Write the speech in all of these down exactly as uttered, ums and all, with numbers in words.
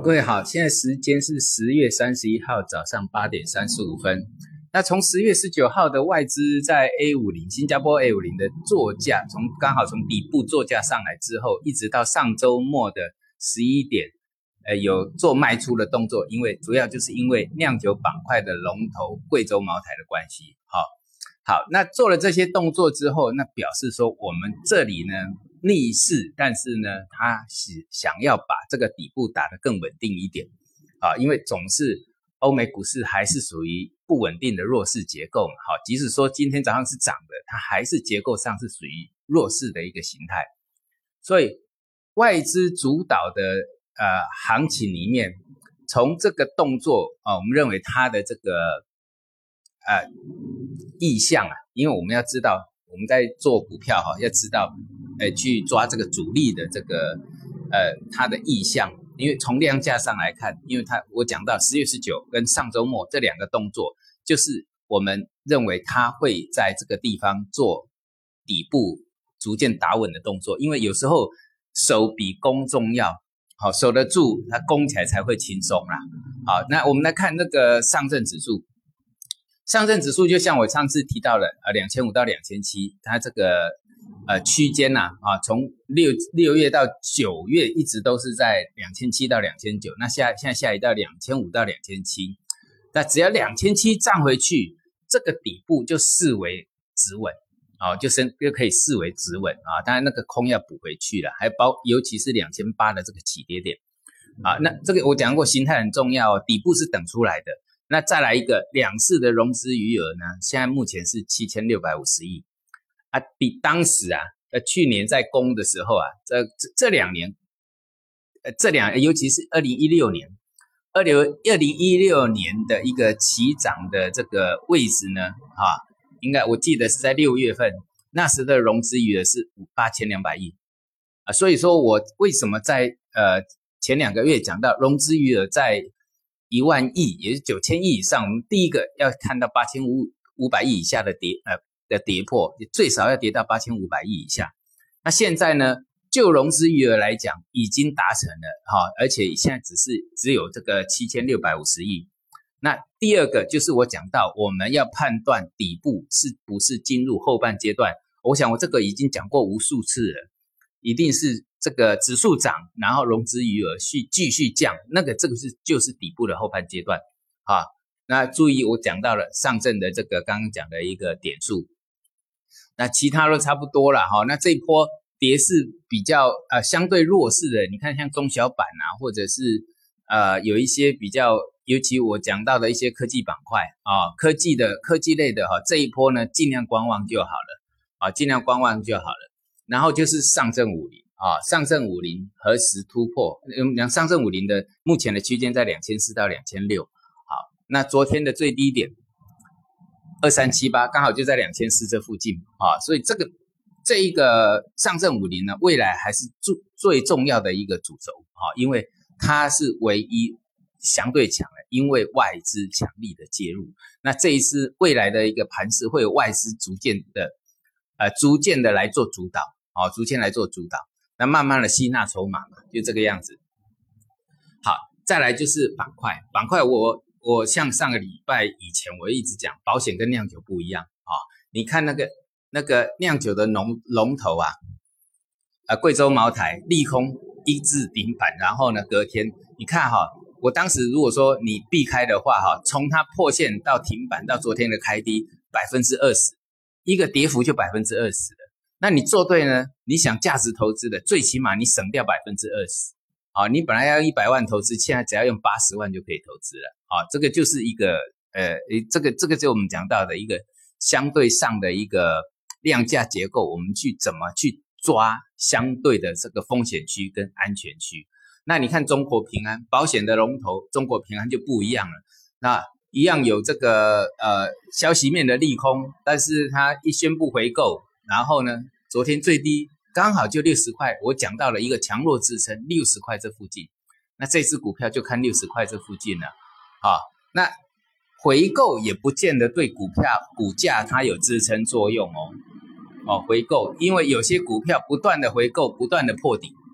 各位好，现在时间是十月三十一号早上八点三十五分。那从十月十九号的外资在 A 五十 新加坡 A 五十 的作价，从刚好从底部作价上来之后，一直到上周末的十一点，呃，有做卖出的动作，因为主要就是因为酿酒板块的龙头贵州茅台的关系。好，好，那做了这些动作之后，那表示说我们这里呢逆势，但是呢，它是想要把这个底部打得更稳定一点啊，因为总是欧美股市还是属于不稳定的弱势结构嘛。好，即使说今天早上是涨的，它还是结构上是属于弱势的一个形态。所以外资主导的呃行情里面，从这个动作啊，我们认为它的这个呃意向啊，因为我们要知道我们在做股票哈，要知道呃去抓这个主力的这个呃它的意向。因为从量价上来看，因为它我讲到十月十九跟上周末这两个动作，就是我们认为它会在这个地方做底部逐渐打稳的动作。因为有时候守比攻重要，好，守得住它攻起来才会轻松啦。好，那我们来看那个上证指数，上证指数就像我上次提到了呃两千五到两千七，它这个呃区间呐 啊, 啊，从六六月到九月一直都是在两千七到两千九，那下现在下移到两千五到两千七，那只要两千七站回去，这个底部就视为止稳啊，就是就可以视为止稳啊。当然那个空要补回去了，还包尤其是两千八的这个起跌点啊。那这个我讲过，形态很重要哦，底部是等出来的。那再来一个两市的融资余额呢，现在目前是七千六百五十亿。啊，比当时啊，呃，去年在攻的时候啊，这这这两年，呃，这两尤其是二零一六年，二零二零一六年的一个起涨的这个位置呢，啊，应该我记得是在六月份，那时的融资余额是八千两百亿啊，所以说我为什么在呃前两个月讲到融资余额在一万亿，也是九千亿以上，我们第一个要看到八千五百亿以下的跌呃。的跌破，最少要跌到八千五百亿以下。那现在呢，就融资余额来讲，已经达成了哈，而且现在只是只有这个七千六百五十亿。那第二个就是我讲到，我们要判断底部是不是进入后半阶段。我想我这个已经讲过无数次了，一定是这个指数涨，然后融资余额续继续降，那个这个是就是底部的后半阶段啊。那注意我讲到了上证的这个刚刚讲的一个点数。那其他都差不多啦齁，那这一波跌势比较呃相对弱势的，你看像中小板啊，或者是呃有一些比较，尤其我讲到的一些科技板块啊，科技的科技类的齁，这一波呢尽量观望就好了啊，尽量观望就好了。然后就是上证五十啊，上证五十何时突破？嗯，上证五十的目前的区间在两千四到两千六，好，那昨天的最低点二三七八刚好就在两千四这附近啊，所以这个这一个上证五十呢，未来还是最最重要的一个主轴啊，因为它是唯一相对强的，因为外资强力的介入。那这一次未来的一个盘势会有外资逐渐的呃逐渐的来做主导啊，逐渐来做主导，那慢慢的吸纳筹码嘛，就这个样子。好，再来就是板块，板块我。我像上个礼拜以前我一直讲保险跟酿酒不一样啊，你看那个那个酿酒的龙龙头啊，呃贵州茅台利空一字顶板，然后呢隔天你看哈，我当时如果说你避开的话哈，从它破线到停板到昨天的开低 百分之二十， 一个跌幅就 百分之二十 了。那你做对呢，你想价值投资的最起码你省掉 百分之二十。啊，你本来要一百万投资，现在只要用八十万就可以投资了啊！这个就是一个呃，这个这个就是我们讲到的一个相对上的一个量价结构，我们去怎么去抓相对的这个风险区跟安全区。那你看中国平安保险的龙头，中国平安就不一样了，那一样有这个呃消息面的利空，但是它一宣布回购，然后呢，昨天最低。刚好就六十块，我讲到了一个强弱支撑六十块这附近，那这支股票就看六十块这附近了啊。那回购也不见得对股票股价它有支撑作用哦。哦，回购，因为有些股票不断的回购，不断的破底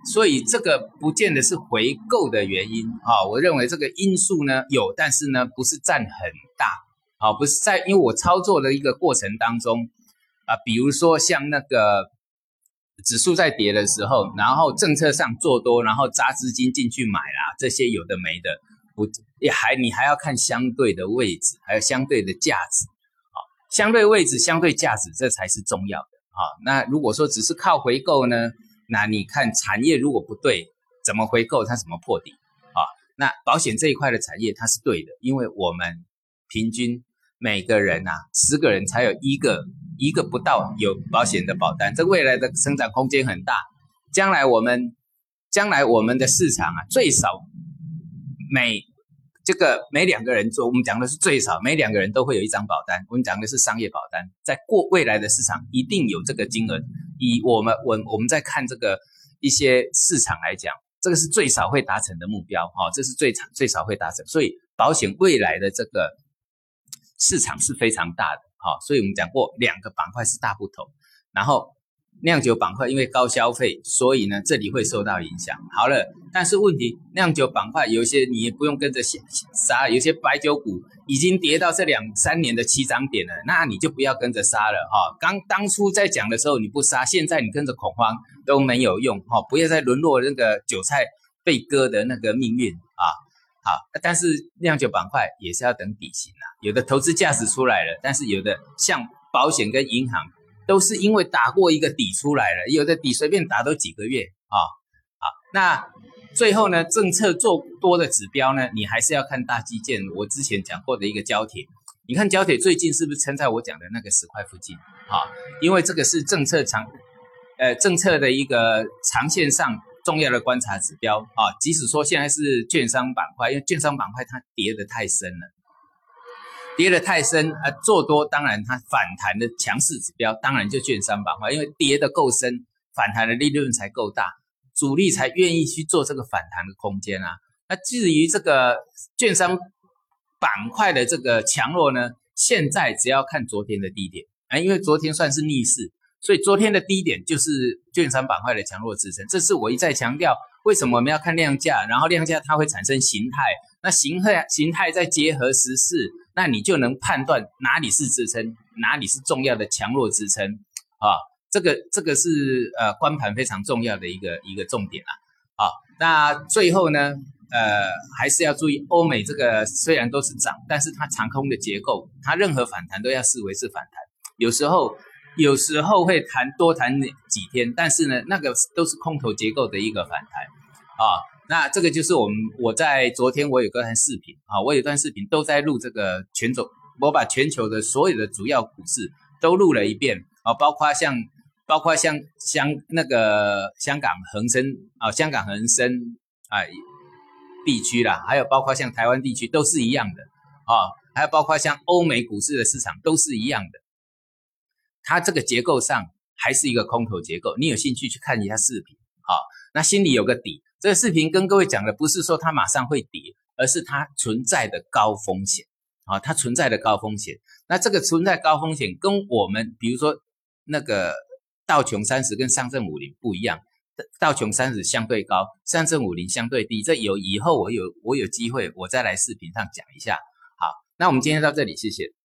所以这个不见得是回购的原因啊。我认为这个因素呢有，但是呢不是占很大啊，不是在因为我操作的一个过程当中啊，比如说像那个指数在跌的时候，然后政策上做多，然后扎资金进去买啦，这些有的没的，不也还你还要看相对的位置，还有相对的价值啊，相对位置、相对价值这才是重要的啊。那如果说只是靠回购呢？那你看产业如果不对，怎么回购它怎么破底啊？那保险这一块的产业它是对的，因为我们平均每个人啊，十个人才有一个一个不到有保险的保单，这未来的生长空间很大。将来我们将来我们的市场啊，最少每这个每两个人做，我们讲的是最少每两个人都会有一张保单，我们讲的是商业保单，在过未来的市场一定有这个金额。以我们我我们在看这个一些市场来讲，这个是最少会达成的目标哈、哦，这是最最少会达成，所以保险未来的这个市场是非常大的哈、哦，所以我们讲过两个板块是大不同，然后酿酒板块因为高消费，所以呢这里会受到影响。好了，但是问题酿酒板块有一些你也不用跟着杀，有些白酒股已经跌到这两三年的起涨点了，那你就不要跟着杀了哈、哦。刚当初在讲的时候你不杀，现在你跟着恐慌都没有用哈、哦，不要再沦落那个韭菜被割的那个命运啊。好，但是酿酒板块也是要等底型啊，有的投资价值出来了，但是有的像保险跟银行都是因为打过一个底出来了，有的底随便打都几个月啊。好，那最后呢，政策做多的指标呢，你还是要看大基建。我之前讲过的一个焦铁，你看焦铁最近是不是撑在我讲的那个十块附近啊？因为这个是政策长，呃，政策的一个长线上重要的观察指标啊。即使说现在是券商板块，因为券商板块它跌得太深了。跌得太深啊，做多当然它反弹的强势指标当然就券商板块，因为跌得够深，反弹的利润才够大，主力才愿意去做这个反弹的空间啊。那至于这个券商板块的这个强弱呢，现在只要看昨天的低点啊，因为昨天算是逆势，所以昨天的低点就是券商板块的强弱支撑。这是我一再强调，为什么我们要看量价，然后量价它会产生形态，那形态形态再结合时事。那你就能判断哪里是支撑，哪里是重要的强弱支撑啊，这个这个是呃观盘非常重要的一个一个重点啊。啊，那最后呢，呃还是要注意欧美这个虽然都是涨，但是它长空的结构，它任何反弹都要视为是反弹，有时候有时候会弹多弹几天，但是呢那个都是空头结构的一个反弹啊。那这个就是我们我在昨天我有个段视频啊，我有段视频都在录这个全球，我把全球的所有的主要股市都录了一遍啊，包括像包括像香那个香港恒生啊，香港恒生啊地区啦，还有包括像台湾地区都是一样的啊，还有包括像欧美股市的市场都是一样的，它这个结构上还是一个空头结构，你有兴趣去看一下视频啊，那心里有个底。这个视频跟各位讲的不是说它马上会跌，而是它存在的高风险啊，它存在的高风险。那这个存在高风险跟我们比如说那个道琼三十跟上证五十不一样，道琼三十相对高，上证五十相对低。这有以后我有我有机会我再来视频上讲一下。好，那我们今天到这里，谢谢。